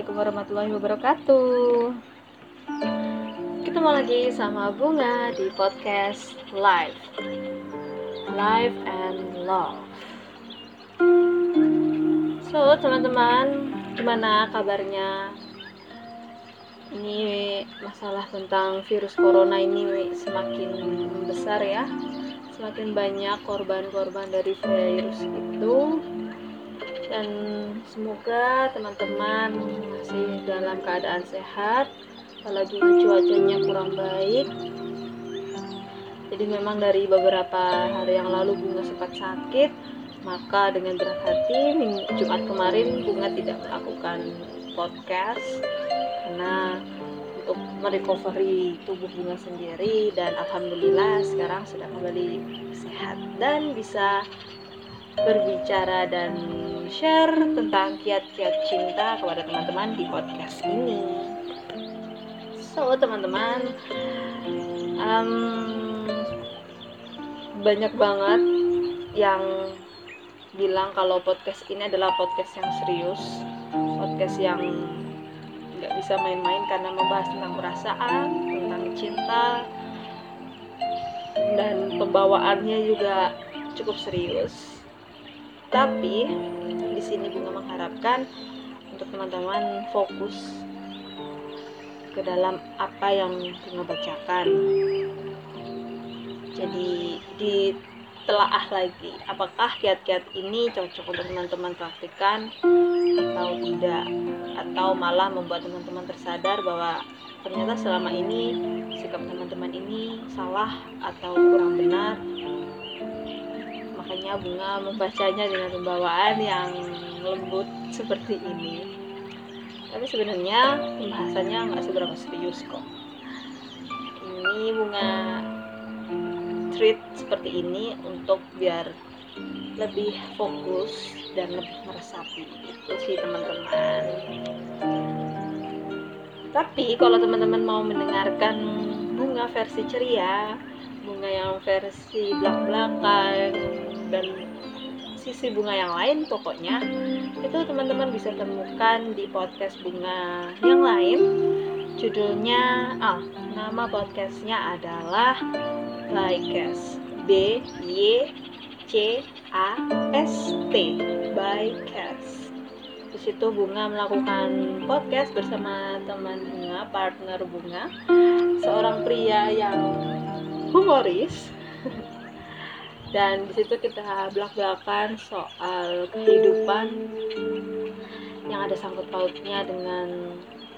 Assalamualaikum warahmatullahi wabarakatuh. Ketemu lagi sama Bunga di podcast Life and Love. So teman-teman, gimana kabarnya? Ini masalah tentang virus corona ini semakin besar ya. Semakin banyak korban-korban dari virus itu. Dan semoga teman-teman masih dalam keadaan sehat, apalagi cuacanya kurang baik. Jadi memang dari beberapa hari yang lalu Bunga sempat sakit, maka dengan berat hati Jumat kemarin Bunga tidak melakukan podcast karena untuk merecovery tubuh Bunga sendiri, dan alhamdulillah sekarang sudah kembali sehat dan bisa berbicara dan share tentang kiat-kiat cinta kepada teman-teman di podcast ini. So teman-teman, banyak banget yang bilang kalau podcast ini adalah podcast yang serius, podcast yang nggak bisa main-main karena membahas tentang perasaan, tentang cinta, dan pembawaannya juga cukup serius. Tapi di sini Bunga mengharapkan untuk teman-teman fokus ke dalam apa yang Bunga bacakan. Jadi ditelaah lagi apakah kiat-kiat ini cocok untuk teman-teman praktikkan atau tidak, atau malah membuat teman-teman tersadar bahwa ternyata selama ini sikap teman-teman ini salah atau kurang benar. Makanya Bunga membacanya dengan pembawaan yang lembut seperti ini. Tapi sebenarnya pembahasannya nggak seberapa serius kok. Ini Bunga treat seperti ini untuk biar lebih fokus dan lebih meresapi gitu sih teman-teman. Tapi kalau teman-teman mau mendengarkan Bunga versi ceria, Bunga yang versi belak-belakan, dan sisi Bunga yang lain pokoknya, itu teman-teman bisa temukan di podcast Bunga yang lain. Judulnya, nama podcastnya adalah Bycast, BYCAST, Bycast. Di situ Bunga melakukan podcast bersama teman Bunga, partner Bunga, seorang pria yang humoris. Dan di situ kita belak-belakan soal kehidupan yang ada sangkut pautnya dengan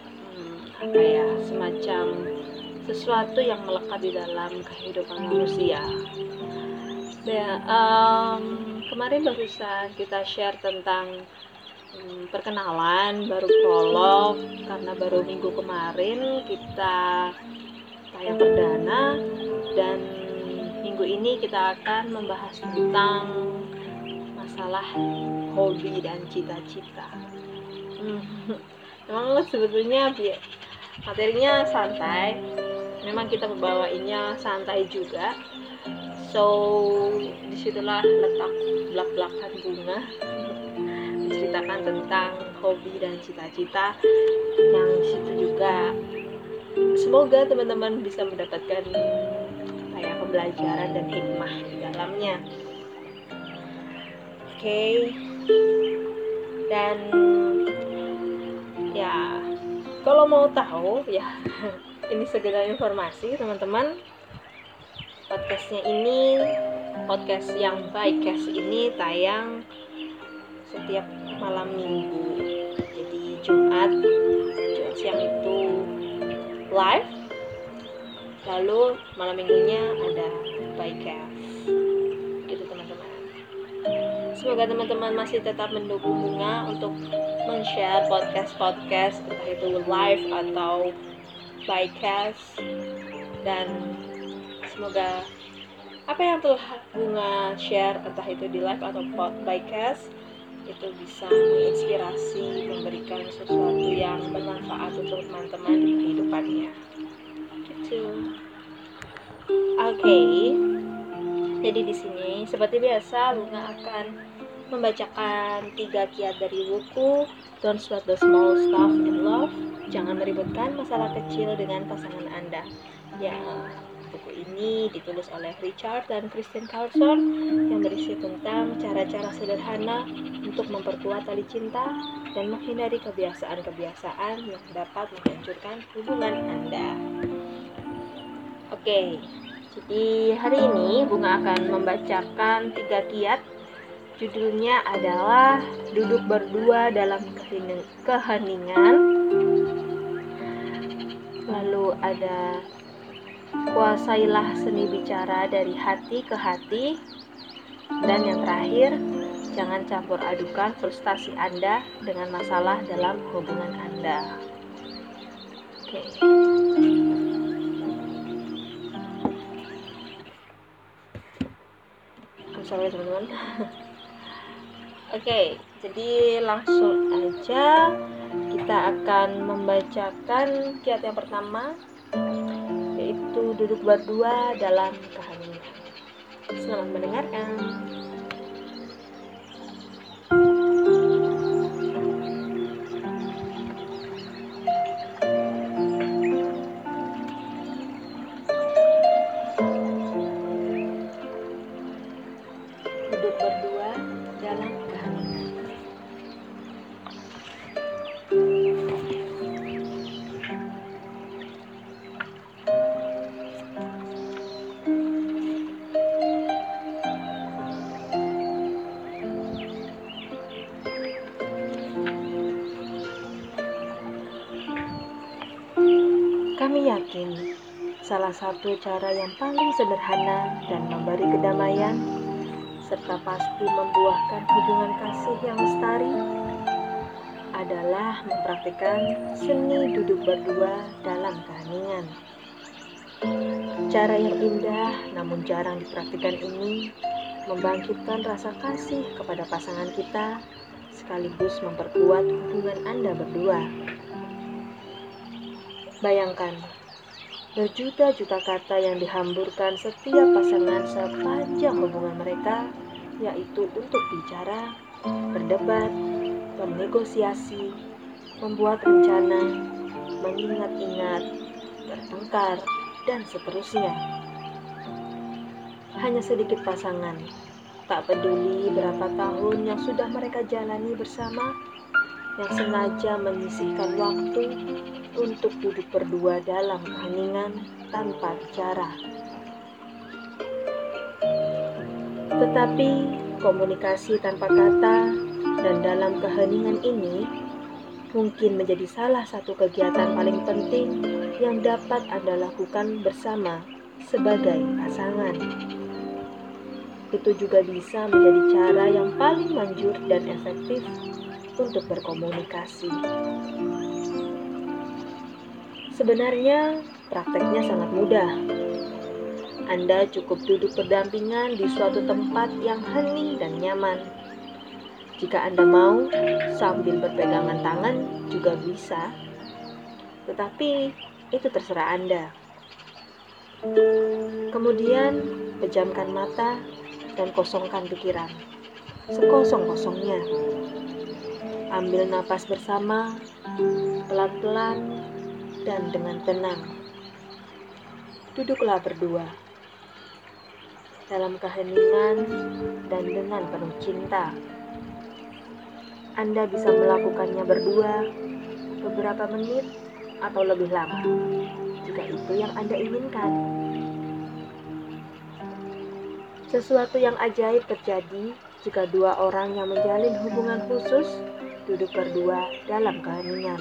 semacam sesuatu yang melekat di dalam kehidupan manusia. Kemarin barusan kita share tentang perkenalan, baru prolog, karena baru minggu kemarin kita tayang perdana, dan minggu ini kita akan membahas tentang masalah hobi dan cita-cita. Memang sebetulnya materinya santai, memang kita membawainnya santai juga. So disitulah letak belak-belakan Bunga menceritakan tentang hobi dan cita-cita, yang disitu juga semoga teman-teman bisa mendapatkan pembelajaran dan hikmah di dalamnya. Oke. Dan ya, kalau mau tahu ya ini sekedar informasi teman-teman. Podcast yang Bycast ini tayang setiap malam minggu. Jadi Jumat siang itu live, lalu malam minggunya ada Bycast. Gitu teman-teman. Semoga teman-teman masih tetap mendukung Bunga untuk men-share podcast entah itu live atau Bycast, dan semoga apa yang telah Bunga share entah itu di live atau Bycast itu bisa menginspirasi, memberikan sesuatu yang bermanfaat untuk teman-teman di kehidupannya. Gitu. Oke. Jadi di sini seperti biasa Bunga akan membacakan 3 kiat dari buku Don't Sweat the Small Stuff in Love. Jangan meributkan masalah kecil dengan pasangan Anda. Ya, buku ini ditulis oleh Richard dan Christine Carlson yang berisi tentang cara-cara sederhana untuk memperkuat tali cinta dan menghindari kebiasaan-kebiasaan yang dapat menghancurkan hubungan Anda. Oke, jadi hari ini Bunga akan membacakan 3 kiat. Judulnya adalah Duduk Berdua dalam Keheningan. Lalu ada Kuasailah Seni Bicara dari Hati ke Hati. Dan yang terakhir, jangan campur adukan frustasi Anda dengan masalah dalam hubungan Anda. Oke. Sorry teman-teman. Oke, jadi langsung aja kita akan membacakan kiat yang pertama, yaitu duduk berdua dalam keheningan. Selamat mendengarkan. Duduk berdua dalam keheningan. Kami yakin salah satu cara yang paling sederhana dan memberi kedamaian serta pasti membuahkan hubungan kasih yang lestari adalah mempraktikkan seni duduk berdua dalam keheningan. Cara yang indah namun jarang dipraktikkan ini membangkitkan rasa kasih kepada pasangan kita sekaligus memperkuat hubungan Anda berdua. Bayangkan, berjuta-juta kata yang dihamburkan setiap pasangan sepanjang hubungan mereka, yaitu untuk bicara, berdebat, bernegosiasi, membuat rencana, mengingat-ingat, bertengkar, dan seterusnya. Hanya sedikit pasangan, tak peduli berapa tahun yang sudah mereka jalani bersama, yang sengaja menyisihkan waktu untuk duduk berdua dalam keheningan tanpa bicara. Tetapi komunikasi tanpa kata dan dalam keheningan ini mungkin menjadi salah satu kegiatan paling penting yang dapat Anda lakukan bersama sebagai pasangan. Itu juga bisa menjadi cara yang paling manjur dan efektif untuk berkomunikasi. Sebenarnya prakteknya sangat mudah. Anda cukup duduk berdampingan di suatu tempat yang hening dan nyaman. Jika Anda mau, sambil berpegangan tangan juga bisa. Tetapi itu terserah Anda. Kemudian, pejamkan mata dan kosongkan pikiran. Sekosong-kosongnya. Ambil napas bersama, pelan-pelan, dan dengan tenang. Duduklah berdua dalam keheningan dan dengan penuh cinta. Anda bisa melakukannya berdua beberapa menit atau lebih lama, jika itu yang Anda inginkan. Sesuatu yang ajaib terjadi jika dua orang yang menjalin hubungan khusus duduk berdua dalam keheningan.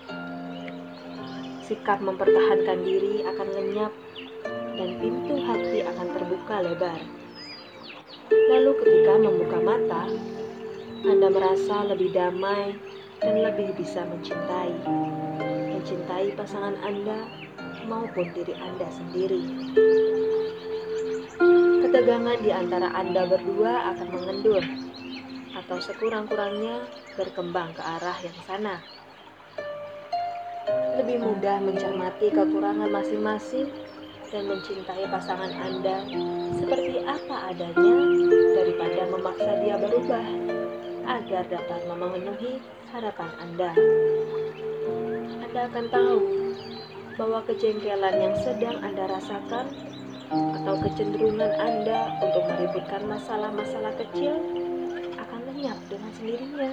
Sikap mempertahankan diri akan lenyap dan pintu hati akan terbuka lebar. Lalu ketika membuka mata, Anda merasa lebih damai dan lebih bisa mencintai pasangan Anda maupun diri Anda sendiri. Ketegangan di antara Anda berdua akan mengendur atau sekurang-kurangnya berkembang ke arah yang sana. Lebih mudah mencermati kekurangan masing-masing dan mencintai pasangan Anda seperti apa adanya daripada memaksa dia berubah agar dapat memenuhi harapan Anda. Anda akan tahu bahwa kejengkelan yang sedang Anda rasakan atau kecenderungan Anda untuk meributkan masalah-masalah kecil akan lenyap dengan sendirinya.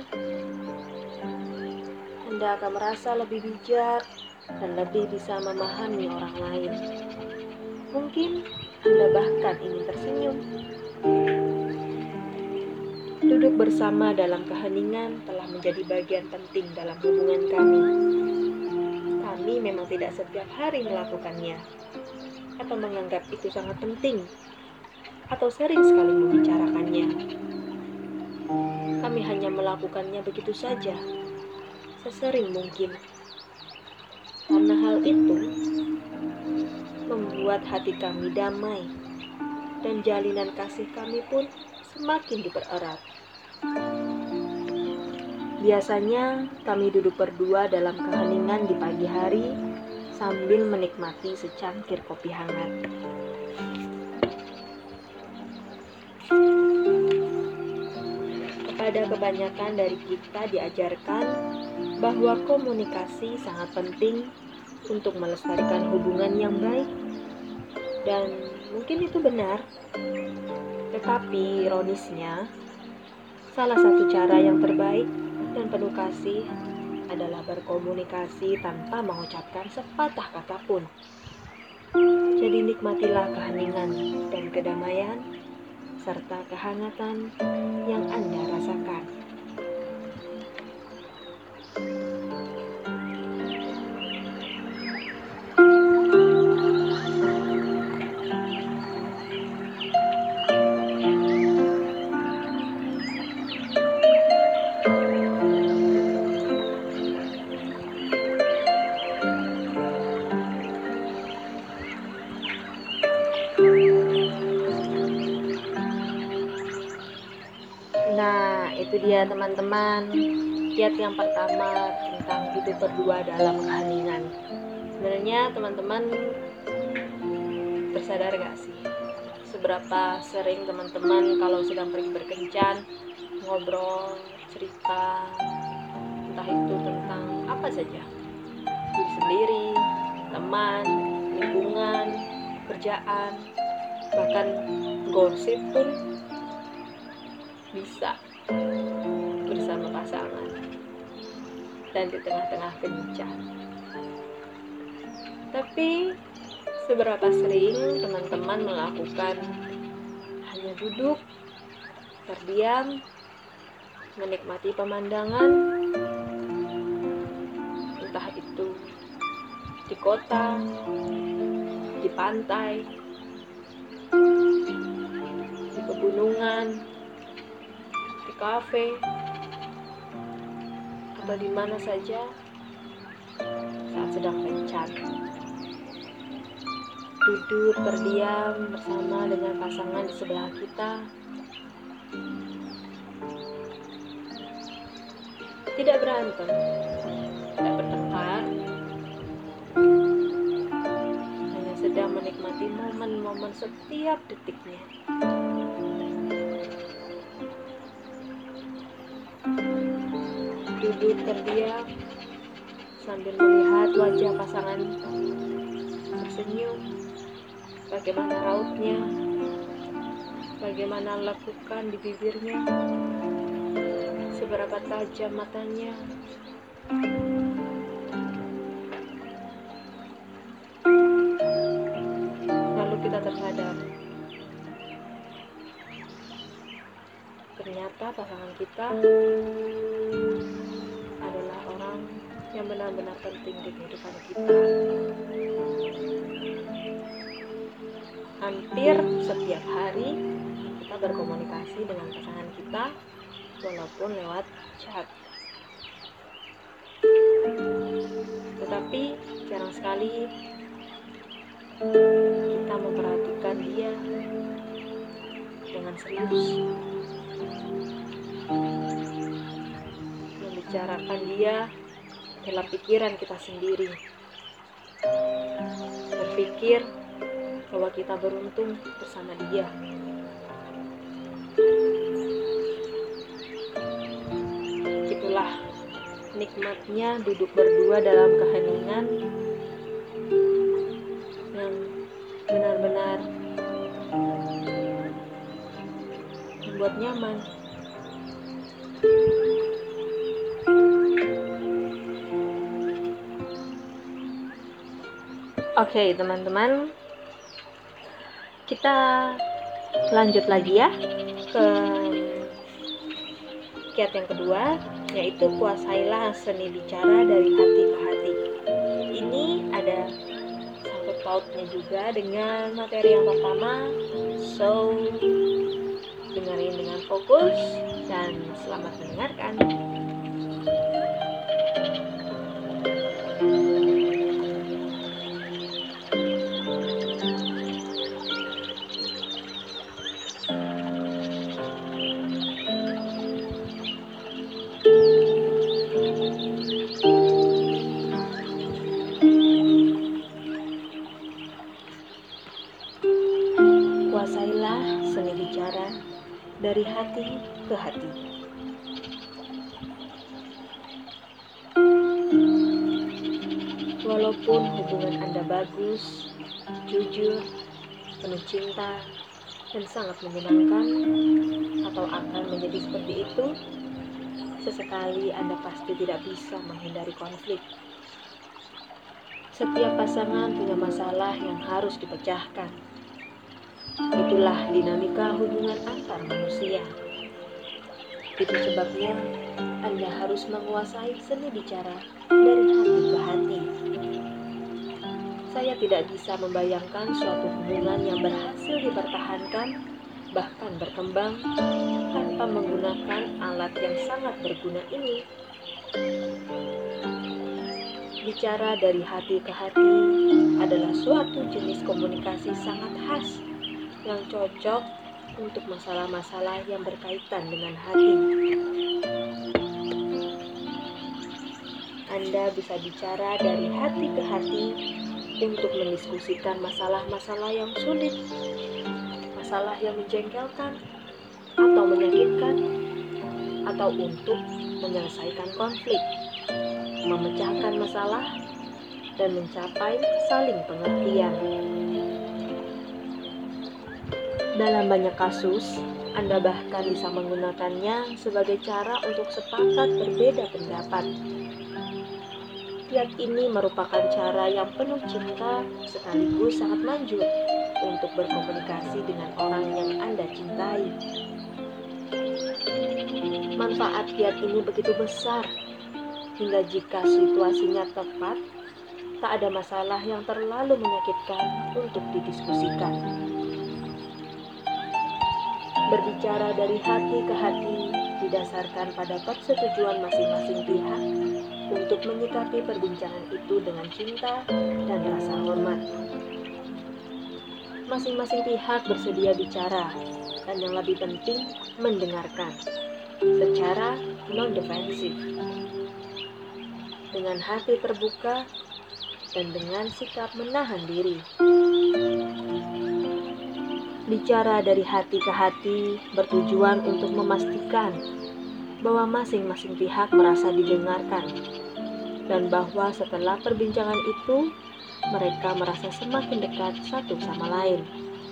Anda akan merasa lebih bijak dan lebih bisa memahami orang lain. Mungkin Anda bahkan ingin tersenyum. Duduk bersama dalam keheningan telah menjadi bagian penting dalam hubungan kami. Kami memang tidak setiap hari melakukannya, atau menganggap itu sangat penting, atau sering sekali membicarakannya. Kami hanya melakukannya begitu saja, sesering mungkin. Karena hal itu membuat hati kami damai, dan jalinan kasih kami pun semakin dipererat. Biasanya kami duduk berdua dalam keheningan di pagi hari sambil menikmati secangkir kopi hangat. Kepada kebanyakan dari kita diajarkan bahwa komunikasi sangat penting untuk melestarikan hubungan yang baik, dan mungkin itu benar. Tetapi ironisnya, salah satu cara yang terbaik dan penuh kasih adalah berkomunikasi tanpa mengucapkan sepatah kata pun. Jadi nikmatilah keheningan dan kedamaian serta kehangatan yang Anda rasakan. Nah, itu dia teman-teman, kiat yang pertama tentang duduk berdua dalam keheningan. Sebenarnya teman-teman tersadar gak sih seberapa sering teman-teman kalau sedang pergi berkencan ngobrol, cerita, entah itu tentang apa saja, diri sendiri, teman, lingkungan, kerjaan, bahkan gosip pun bisa bersama pasangan dan di tengah-tengah kencan. Tapi seberapa sering teman-teman melakukan hanya duduk, terdiam, menikmati pemandangan, entah itu di kota, di pantai, di pegunungan, di kafe, atau di mana saja saat sedang kencan. Duduk terdiam bersama dengan pasangan di sebelah kita, tidak berantem, tidak bertengkar, hanya sedang menikmati momen-momen setiap detiknya. Duduk terdiam sambil melihat wajah pasangan tersenyum, bagaimana rautnya, bagaimana lekukan di bibirnya, seberapa tajam matanya. Lalu kita tersadar, ternyata pasangan kita adalah orang yang benar-benar penting di kehidupan kita. Hampir setiap hari kita berkomunikasi dengan pasangan kita, walaupun lewat chat. Tetapi jarang sekali kita memperhatikan dia dengan serius, membicarakan dia dalam pikiran kita sendiri, berpikir bahwa kita beruntung bersama dia. Itulah nikmatnya duduk berdua dalam keheningan yang benar-benar membuat nyaman. Oke, teman-teman, kita lanjut lagi ya ke kiat yang kedua, yaitu kuasailah seni bicara dari hati ke hati. Ini ada sangkut pautnya juga dengan materi yang pertama, so dengerin dengan fokus dan selamat mendengarkan. Kuasailah seni bicara dari hati ke hati. Walaupun hubungan Anda bagus, jujur, penuh cinta, dan sangat menyenangkan, atau akan menjadi seperti itu, sesekali Anda pasti tidak bisa menghindari konflik. Setiap pasangan punya masalah yang harus dipecahkan. Itulah dinamika hubungan antar manusia. Itu sebabnya Anda harus menguasai seni bicara dari hati ke hati. Saya tidak bisa membayangkan suatu hubungan yang berhasil dipertahankan, bahkan berkembang, tanpa menggunakan alat yang sangat berguna ini. Bicara dari hati ke hati adalah suatu jenis komunikasi sangat khas yang cocok untuk masalah-masalah yang berkaitan dengan hati. Anda bisa bicara dari hati ke hati untuk mendiskusikan masalah-masalah yang sulit, masalah yang menjengkelkan atau menyakitkan, atau untuk menyelesaikan konflik, memecahkan masalah, dan mencapai saling pengertian. Dalam banyak kasus, Anda bahkan bisa menggunakannya sebagai cara untuk sepakat berbeda pendapat. Kiat ini merupakan cara yang penuh cinta sekaligus sangat manjur untuk berkomunikasi dengan orang yang Anda cintai. Manfaat kiat ini begitu besar, hingga jika situasinya tepat, tak ada masalah yang terlalu menyakitkan untuk didiskusikan. Berbicara dari hati ke hati didasarkan pada persetujuan masing-masing pihak untuk menyikapi perbincangan itu dengan cinta dan rasa hormat. Masing-masing pihak bersedia bicara, dan yang lebih penting, mendengarkan secara non-defensif, dengan hati terbuka dan dengan sikap menahan diri. Bicara dari hati ke hati bertujuan untuk memastikan bahwa masing-masing pihak merasa didengarkan, dan bahwa setelah perbincangan itu, mereka merasa semakin dekat satu sama lain.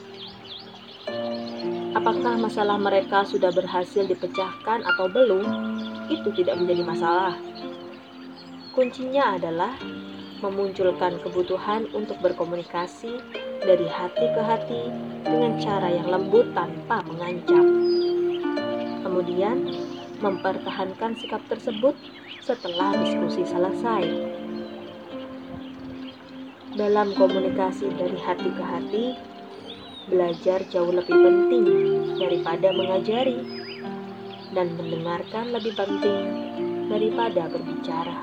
Apakah masalah mereka sudah berhasil dipecahkan atau belum, itu tidak menjadi masalah. Kuncinya adalah memunculkan kebutuhan untuk berkomunikasi dari hati ke hati dengan cara yang lembut tanpa mengancam. Kemudian, mempertahankan sikap tersebut setelah diskusi selesai. Dalam komunikasi dari hati ke hati, belajar jauh lebih penting daripada mengajari, dan mendengarkan lebih penting daripada berbicara.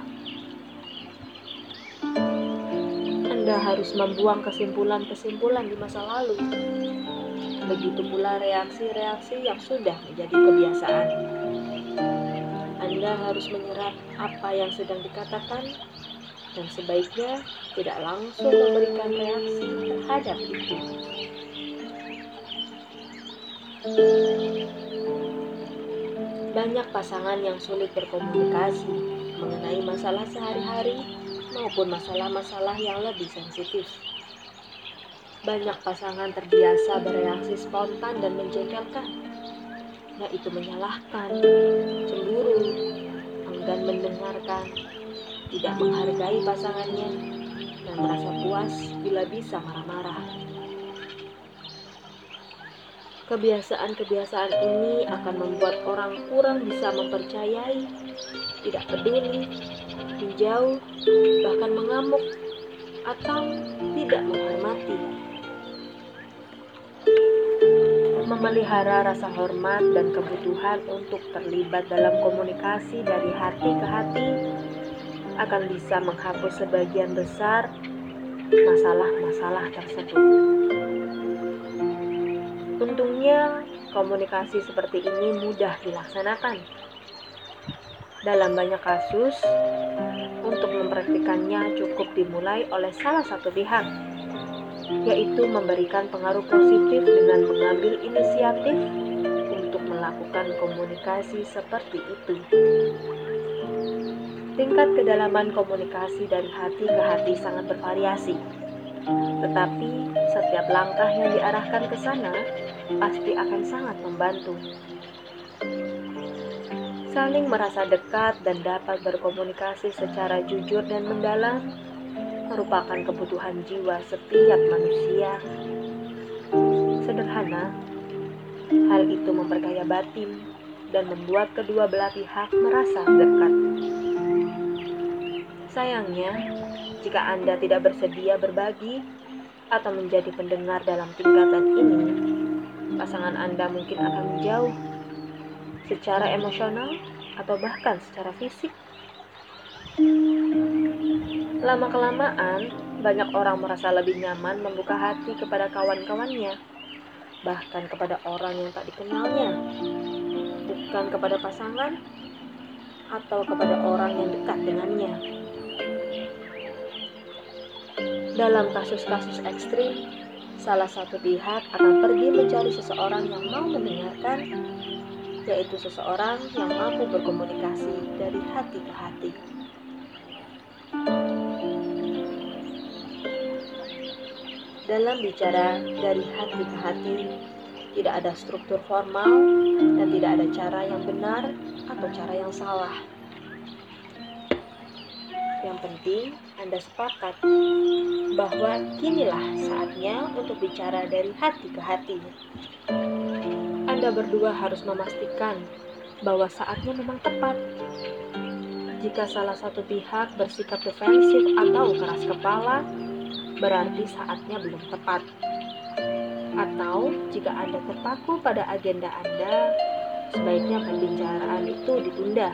Anda harus membuang kesimpulan-kesimpulan di masa lalu. Begitu pula reaksi-reaksi yang sudah menjadi kebiasaan. Anda harus menyerap apa yang sedang dikatakan dan sebaiknya tidak langsung memberikan reaksi terhadap itu. Banyak pasangan yang sulit berkomunikasi mengenai masalah sehari-hari maupun masalah-masalah yang lebih sensitif. Banyak pasangan terbiasa bereaksi spontan dan menjengkelkan, yaitu menyalahkan, cemburu, enggan mendengarkan, tidak menghargai pasangannya, dan merasa puas bila bisa marah-marah. Kebiasaan-kebiasaan ini akan membuat orang kurang bisa mempercayai, tidak peduli, menjauh, bahkan mengamuk, atau tidak menghormati. Memelihara rasa hormat dan kebutuhan untuk terlibat dalam komunikasi dari hati ke hati akan bisa menghapus sebagian besar masalah-masalah tersebut. Untungnya, komunikasi seperti ini mudah dilaksanakan. Dalam banyak kasus, untuk mempraktikannya cukup dimulai oleh salah satu pihak, yaitu memberikan pengaruh positif dengan mengambil inisiatif untuk melakukan komunikasi seperti itu. Tingkat kedalaman komunikasi dari hati ke hati sangat bervariasi, tetapi setiap langkah yang diarahkan ke sana pasti akan sangat membantu. Saling merasa dekat dan dapat berkomunikasi secara jujur dan mendalam merupakan kebutuhan jiwa setiap manusia. Sederhana, hal itu memperkaya batin dan membuat kedua belah pihak merasa dekat. Sayangnya, jika Anda tidak bersedia berbagi atau menjadi pendengar dalam tingkatan ini, pasangan Anda mungkin akan menjauh secara emosional atau bahkan secara fisik. Lama-kelamaan, banyak orang merasa lebih nyaman membuka hati kepada kawan-kawannya, bahkan kepada orang yang tak dikenalnya, bukan kepada pasangan atau kepada orang yang dekat dengannya. Dalam kasus-kasus ekstrim, salah satu pihak akan pergi mencari seseorang yang mau mendengarkan, yaitu seseorang yang mampu berkomunikasi dari hati ke hati. Dalam bicara dari hati ke hati, tidak ada struktur formal dan tidak ada cara yang benar atau cara yang salah. Yang penting Anda sepakat bahwa kinilah saatnya untuk bicara dari hati ke hati. Anda berdua harus memastikan bahwa saatnya memang tepat. Jika salah satu pihak bersikap defensif atau keras kepala, berarti saatnya belum tepat. Atau jika Anda terpaku pada agenda Anda, sebaiknya pembicaraan itu ditunda.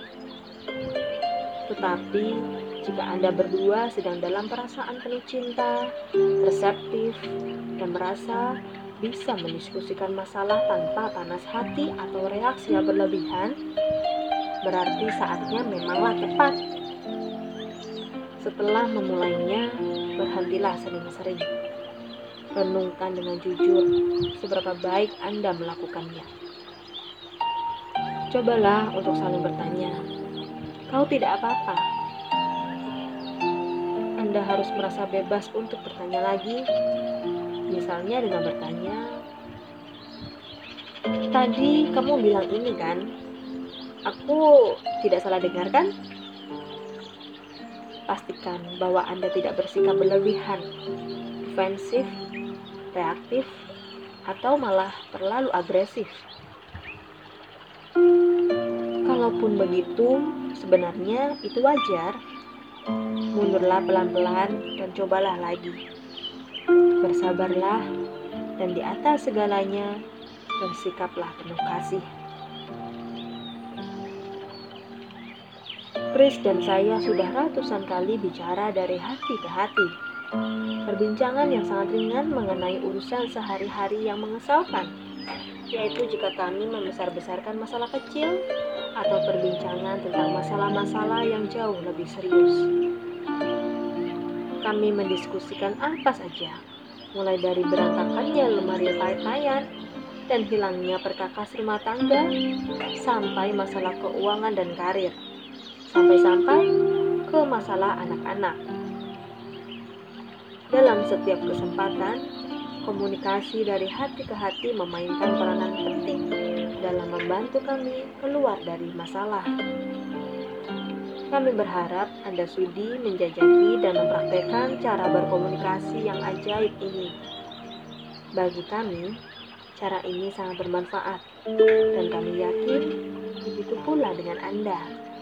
Tetapi jika Anda berdua sedang dalam perasaan penuh cinta, reseptif, dan merasa bisa mendiskusikan masalah tanpa panas hati atau reaksi yang berlebihan, berarti saatnya memanglah tepat. Setelah memulainya, berhentilah sering-sering. Renungkan dengan jujur seberapa baik Anda melakukannya. Cobalah untuk saling bertanya, "Kau tidak apa-apa?" Anda harus merasa bebas untuk bertanya lagi. Misalnya dengan bertanya, "Tadi kamu bilang ini kan? Aku tidak salah dengar kan?" Pastikan bahwa Anda tidak bersikap berlebihan, defensif, reaktif, atau malah terlalu agresif. Kalaupun begitu, sebenarnya itu wajar. Mundurlah pelan-pelan dan cobalah lagi. Bersabarlah, dan di atas segalanya, bersikaplah penuh kasih. Chris dan saya sudah ratusan kali bicara dari hati ke hati. Perbincangan yang sangat ringan mengenai urusan sehari-hari yang mengesalkan, yaitu jika kami membesar-besarkan masalah kecil atau perbincangan tentang masalah-masalah yang jauh lebih serius. kami mendiskusikan apa saja, mulai dari berantakannya lemari pakaian dan hilangnya perkakas rumah tangga, sampai masalah keuangan dan karir, sampai-sampai ke masalah anak-anak. Dalam setiap kesempatan, komunikasi dari hati ke hati memainkan peranan penting dalam membantu kami keluar dari masalah. Kami berharap Anda sudi menjajaki dan mempraktekkan cara berkomunikasi yang ajaib ini. Bagi kami, cara ini sangat bermanfaat, dan kami yakin begitu pula dengan Anda.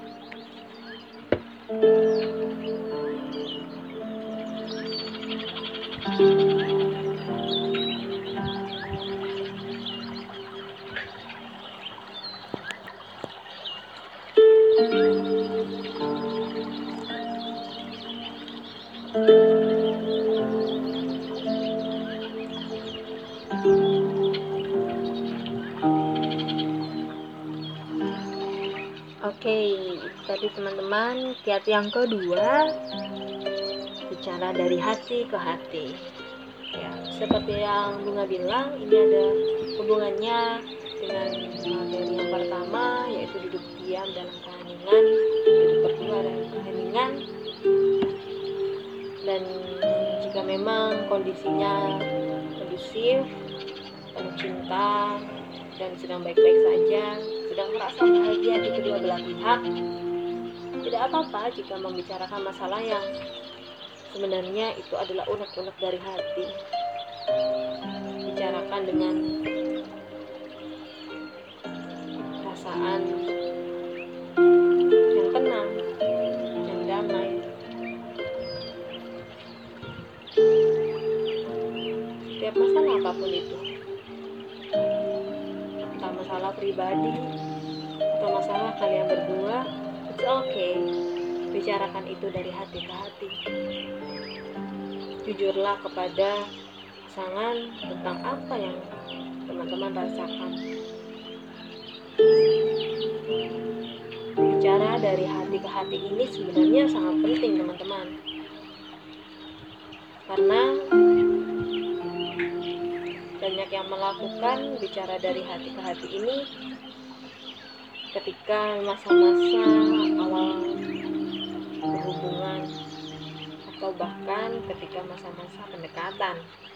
Oke, tadi teman-teman, kiat yang kedua, bicara dari hati ke hati. Ya, seperti yang Bunga bilang, ini ada hubungannya dengan materi yang pertama, yaitu duduk diam dalam keheningan, duduk berdua dalam keheningan. Dan jika memang kondisinya kondusif, penuh cinta, dan sedang baik-baik saja, sedang merasa bahagia di kedua belah pihak, tidak apa-apa jika membicarakan masalah yang sebenarnya itu adalah unek-unek dari hati. Bicarakan dengan perasaan yang tenang, yang damai. Setiap masalah apapun itu, entah masalah pribadi atau masalah kalian berdua, it's okay. Bicarakan itu dari hati ke hati. Jujurlah kepada pasangan tentang apa yang teman-teman rasakan. Bicara dari hati ke hati ini sebenarnya sangat penting, teman-teman. Karena banyak yang melakukan bicara dari hati ke hati ini ketika masa-masa awal berhubungan atau bahkan ketika masa-masa pendekatan.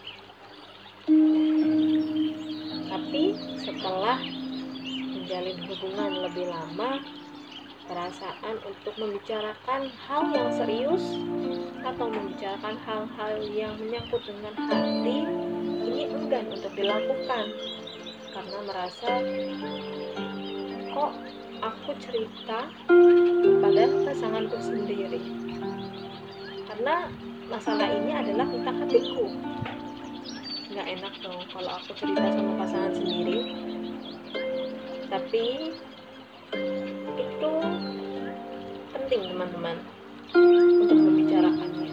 Tapi setelah menjalin hubungan lebih lama, perasaan untuk membicarakan hal yang serius atau membicarakan hal-hal yang menyangkut dengan hati ini enggan untuk dilakukan, karena merasa kok aku cerita kepada pasanganku sendiri, karena masalah ini adalah tentang hatiku. Nggak enak dong kalau aku cerita sama pasangan sendiri. Tapi itu penting, teman-teman, untuk membicarakannya.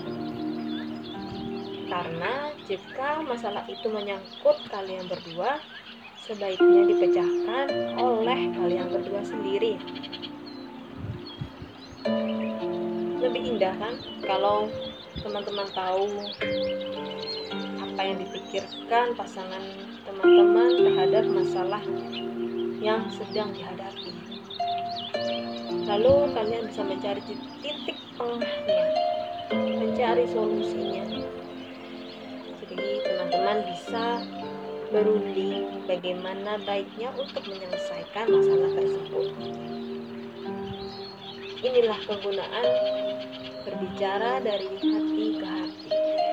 Karena jika masalah itu menyangkut kalian berdua, sebaiknya dipecahkan oleh kalian berdua sendiri. Lebih indah kan kalau teman-teman tahu apa yang dipikirkan pasangan teman-teman terhadap masalah yang sedang dihadapi. Lalu kalian bisa mencari titik tengahnya, mencari solusinya. Jadi teman-teman bisa berunding bagaimana baiknya untuk menyelesaikan masalah tersebut. Inilah kegunaan berbicara dari hati ke hati.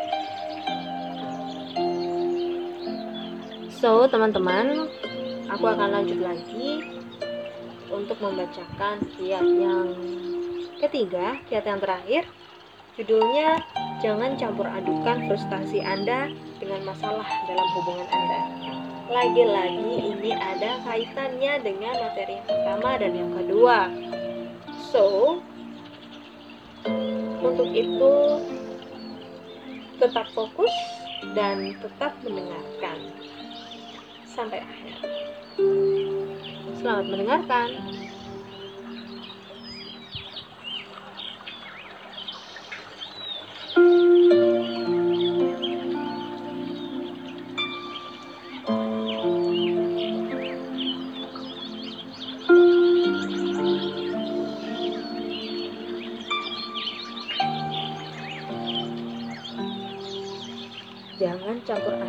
So, teman-teman, aku akan lanjut lagi untuk membacakan kiat yang ketiga, kiat yang terakhir. Judulnya, jangan campur adukan frustasi Anda dengan masalah dalam hubungan Anda. Lagi-lagi ini ada kaitannya dengan materi yang pertama dan yang kedua. So, untuk itu tetap fokus dan tetap mendengarkan sampai akhir. Selamat mendengarkan.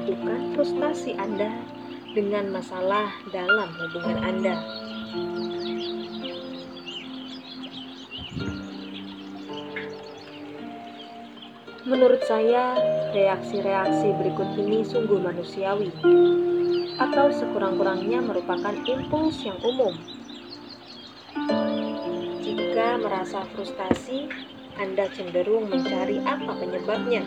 menyatukan frustasi Anda dengan masalah dalam hubungan Anda. Menurut saya, reaksi-reaksi berikut ini sungguh manusiawi, atau sekurang-kurangnya merupakan impuls yang umum. Jika merasa frustasi, Anda cenderung mencari apa penyebabnya.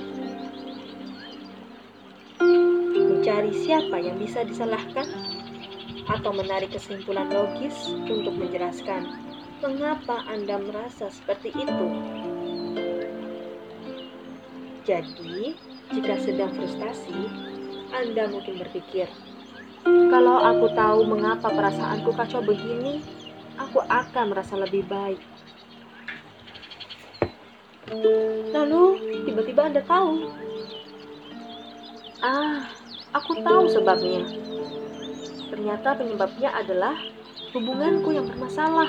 Mencari siapa yang bisa disalahkan, atau menarik kesimpulan logis untuk menjelaskan mengapa Anda merasa seperti itu. Jadi, jika sedang frustasi, Anda mungkin berpikir, kalau aku tahu mengapa perasaanku kacau begini, aku akan merasa lebih baik. Lalu, tiba-tiba Anda tahu, aku tahu sebabnya. Ternyata penyebabnya adalah hubunganku yang bermasalah.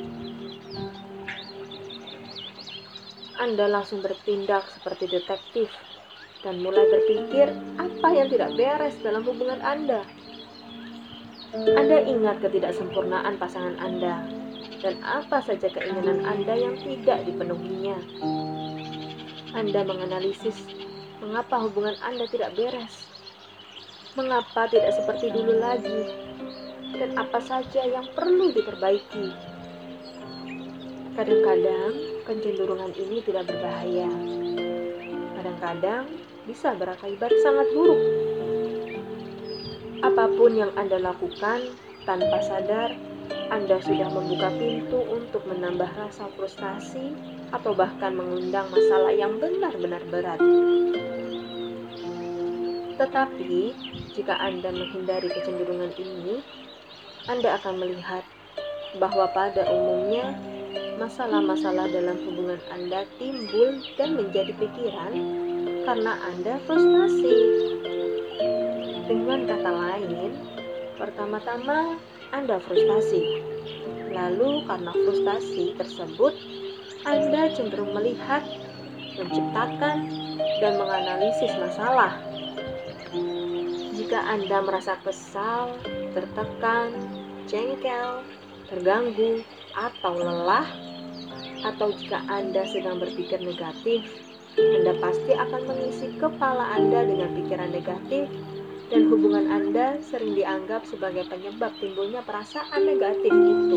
Anda langsung bertindak seperti detektif dan mulai berpikir apa yang tidak beres dalam hubungan Anda. Anda ingat ketidaksempurnaan pasangan Anda dan apa saja keinginan Anda yang tidak dipenuhinya. Anda menganalisis mengapa hubungan Anda tidak beres, mengapa tidak seperti dulu lagi, dan apa saja yang perlu diperbaiki. Kadang-kadang, kecenderungan ini tidak berbahaya. Kadang-kadang, bisa berakibat sangat buruk. Apapun yang Anda lakukan, tanpa sadar, Anda sudah membuka pintu untuk menambah rasa frustasi atau bahkan mengundang masalah yang benar-benar berat. Tetapi, jika Anda menghindari kecenderungan ini, Anda akan melihat bahwa pada umumnya masalah-masalah dalam hubungan Anda timbul dan menjadi pikiran karena Anda frustasi. Dengan kata lain, pertama-tama Anda frustasi. Lalu karena frustasi tersebut, Anda cenderung melihat, menciptakan, dan menganalisis masalah. Jika Anda merasa kesal, tertekan, jengkel, terganggu, atau lelah, atau jika Anda sedang berpikir negatif, Anda pasti akan mengisi kepala Anda dengan pikiran negatif, dan hubungan Anda sering dianggap sebagai penyebab timbulnya perasaan negatif itu.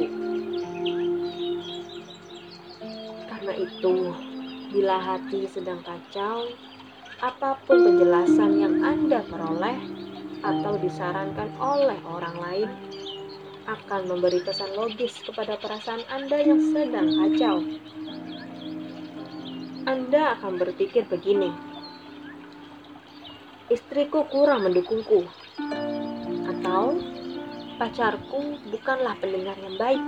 Karena itu, bila hati sedang kacau, apapun penjelasan yang Anda peroleh atau disarankan oleh orang lain akan memberi kesan logis kepada perasaan Anda yang sedang kacau. Anda akan berpikir begini, istriku kurang mendukungku, atau pacarku bukanlah pendengar yang baik.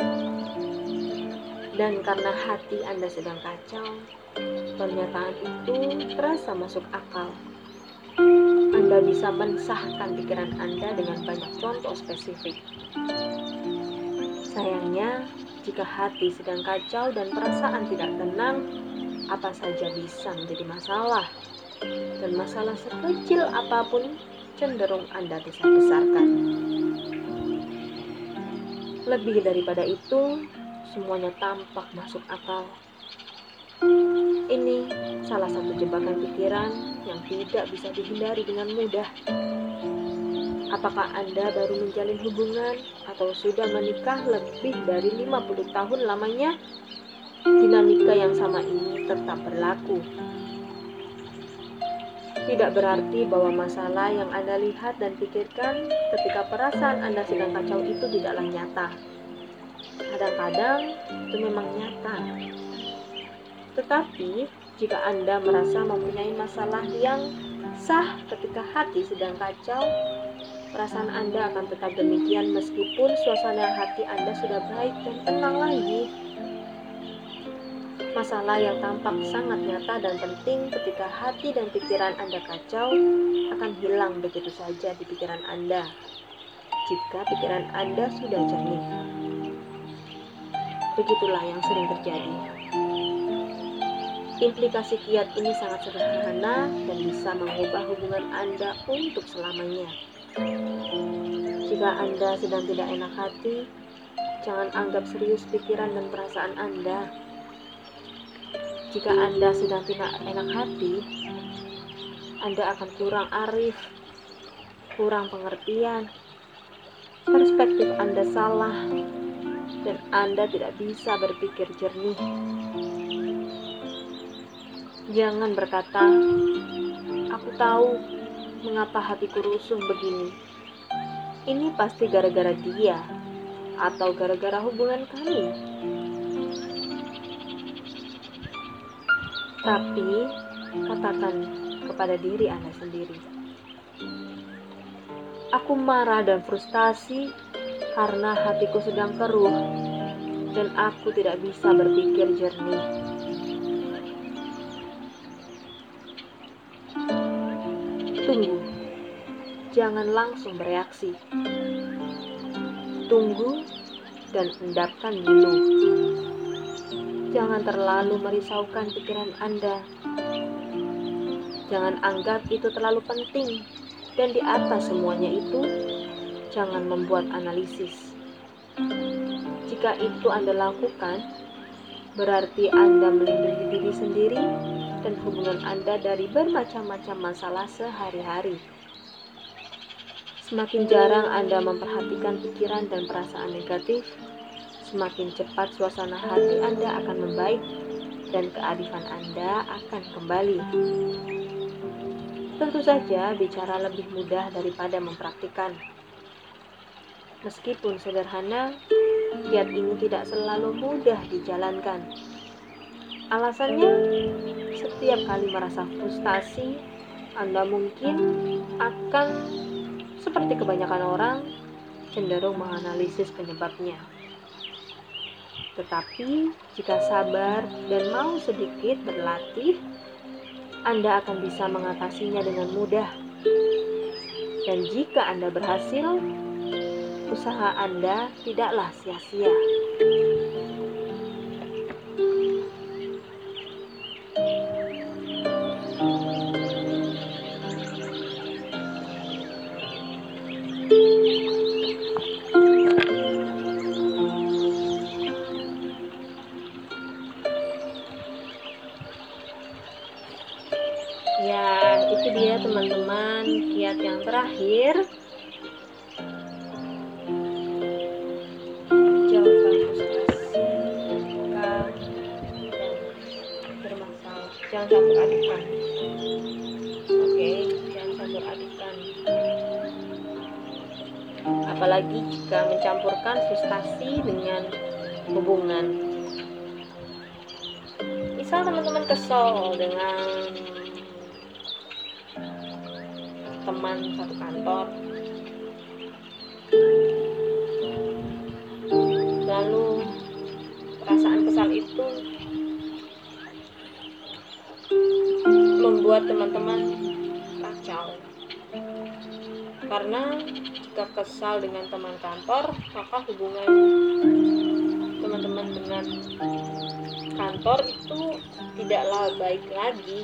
Dan karena hati Anda sedang kacau, pernyataan itu terasa masuk akal. Anda bisa mensahkan pikiran Anda dengan banyak contoh spesifik. Sayangnya, jika hati sedang kacau dan perasaan tidak tenang, apa saja bisa menjadi masalah. Dan masalah sekecil apapun cenderung Anda besar-besarkan. Lebih daripada itu, semuanya tampak masuk akal. Ini salah satu jebakan pikiran yang tidak bisa dihindari dengan mudah. Apakah Anda baru menjalin hubungan atau sudah menikah lebih dari 50 tahun lamanya? Dinamika yang sama ini tetap berlaku. Tidak berarti bahwa masalah yang Anda lihat dan pikirkan ketika perasaan Anda sedang kacau itu tidaklah nyata. Kadang-kadang itu memang nyata. Tetapi, jika Anda merasa mempunyai masalah yang sah ketika hati sedang kacau, perasaan Anda akan tetap demikian meskipun suasana hati Anda sudah baik dan tenang lagi. Masalah yang tampak sangat nyata dan penting ketika hati dan pikiran Anda kacau akan hilang begitu saja di pikiran Anda jika pikiran Anda sudah jernih. Begitulah yang sering terjadi. Implikasi kiat ini sangat sederhana dan bisa mengubah hubungan Anda untuk selamanya. Jika Anda sedang tidak enak hati, jangan anggap serius pikiran dan perasaan Anda. Jika Anda sedang tidak enak hati, Anda akan kurang arif, kurang pengertian, perspektif Anda salah, dan Anda tidak bisa berpikir jernih. Jangan berkata, "Aku tahu mengapa hatiku rusuh begini. Ini pasti gara-gara dia atau gara-gara hubungan kami." Tapi katakan kepada diri Anda sendiri, "Aku marah dan frustasi karena hatiku sedang keruh dan aku tidak bisa berpikir jernih." Tunggu, jangan langsung bereaksi. Tunggu dan endapkan dulu. Jangan terlalu merisaukan pikiran Anda. Jangan anggap itu terlalu penting. Dan di atas semuanya itu, jangan membuat analisis. Jika itu Anda lakukan, berarti Anda melindungi diri sendiri dan hubungan Anda dari bermacam-macam masalah sehari-hari. Semakin jarang Anda memperhatikan pikiran dan perasaan negatif, semakin cepat suasana hati Anda akan membaik dan kearifan Anda akan kembali. Tentu saja bicara lebih mudah daripada mempraktikkan. Meskipun sederhana, kiat ini tidak selalu mudah dijalankan. Alasannya, setiap kali merasa frustasi, Anda mungkin akan, seperti kebanyakan orang, cenderung menganalisis penyebabnya. Tetapi, jika sabar dan mau sedikit berlatih, Anda akan bisa mengatasinya dengan mudah. Dan jika Anda berhasil, usaha Anda tidaklah sia-sia. Ya, itu dia teman-teman, kiat yang terakhir. Jauhkan frustasi, duka, dan bermasalah. Jangan campur adukan. Oke, jangan campur adukan. Apalagi jika mencampurkan frustasi dengan hubungan. Misal teman-teman kesal dengan teman satu kantor, lalu perasaan kesal itu membuat teman-teman kacau. Karena jika kesal dengan teman kantor, maka hubungan teman-teman dengan kantor itu tidaklah baik lagi.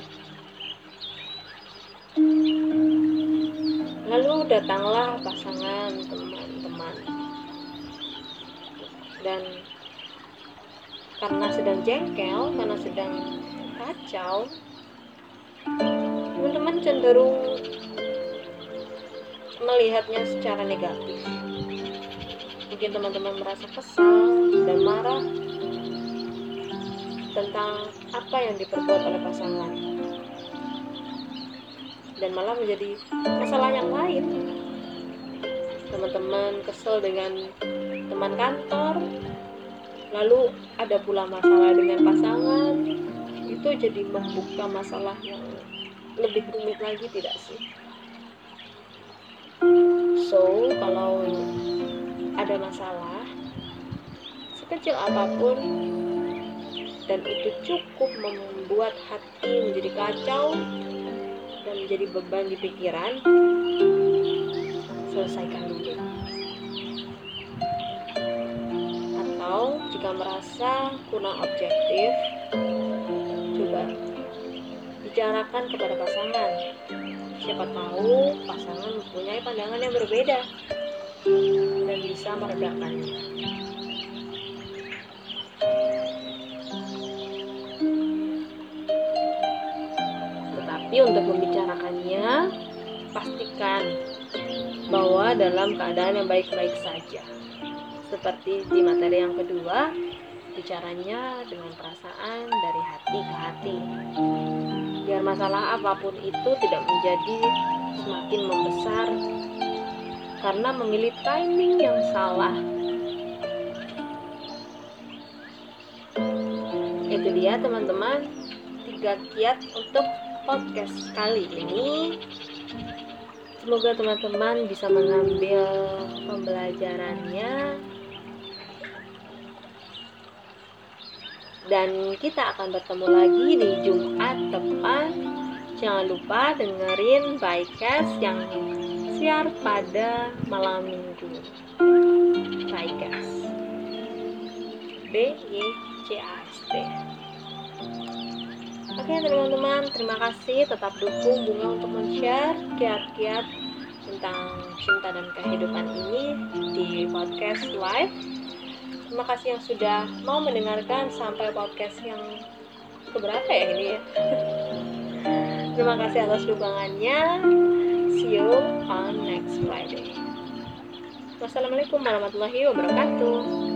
Lalu datanglah pasangan teman-teman, dan karena sedang jengkel, karena sedang kacau, teman-teman cenderung melihatnya secara negatif. Mungkin teman-teman merasa kesal dan marah tentang apa yang diperbuat oleh pasangan, dan malah menjadi masalah yang lain. Teman-teman kesal dengan teman kantor, lalu ada pula masalah dengan pasangan, itu jadi membuka masalah yang lebih rumit lagi, tidak sih? So, kalau ada masalah sekecil apapun dan itu cukup membuat hati menjadi kacau dan menjadi beban di pikiran, selesaikan dulu. Atau jika merasa kurang objektif, coba bicarakan kepada pasangan. Siapa tahu pasangan mempunyai pandangan yang berbeda dan bisa meredakannya. Tetapi untuk membicarakannya, pastikan bahwa dalam keadaan yang baik-baik saja. Seperti di materi yang kedua, bicaranya dengan perasaan dari hati ke hati. Biar masalah apapun itu tidak menjadi semakin membesar karena memilih timing yang salah. Itu dia teman-teman, 3 kiat untuk podcast kali ini. Semoga teman-teman bisa mengambil pembelajarannya. Dan kita akan bertemu lagi di Jumat depan. Jangan lupa dengerin Bycast yang siar pada malam minggu. Bycast, BYCAST. Oke teman-teman, terima kasih. Tetap dukung Bunga untuk men-share kiat-kiat tentang cinta dan kehidupan ini di podcast live. Terima kasih yang sudah mau mendengarkan sampai podcast yang keberapa ya ini ya. Terima kasih atas dukungannya. See you on next Friday. Wassalamualaikum warahmatullahi wabarakatuh.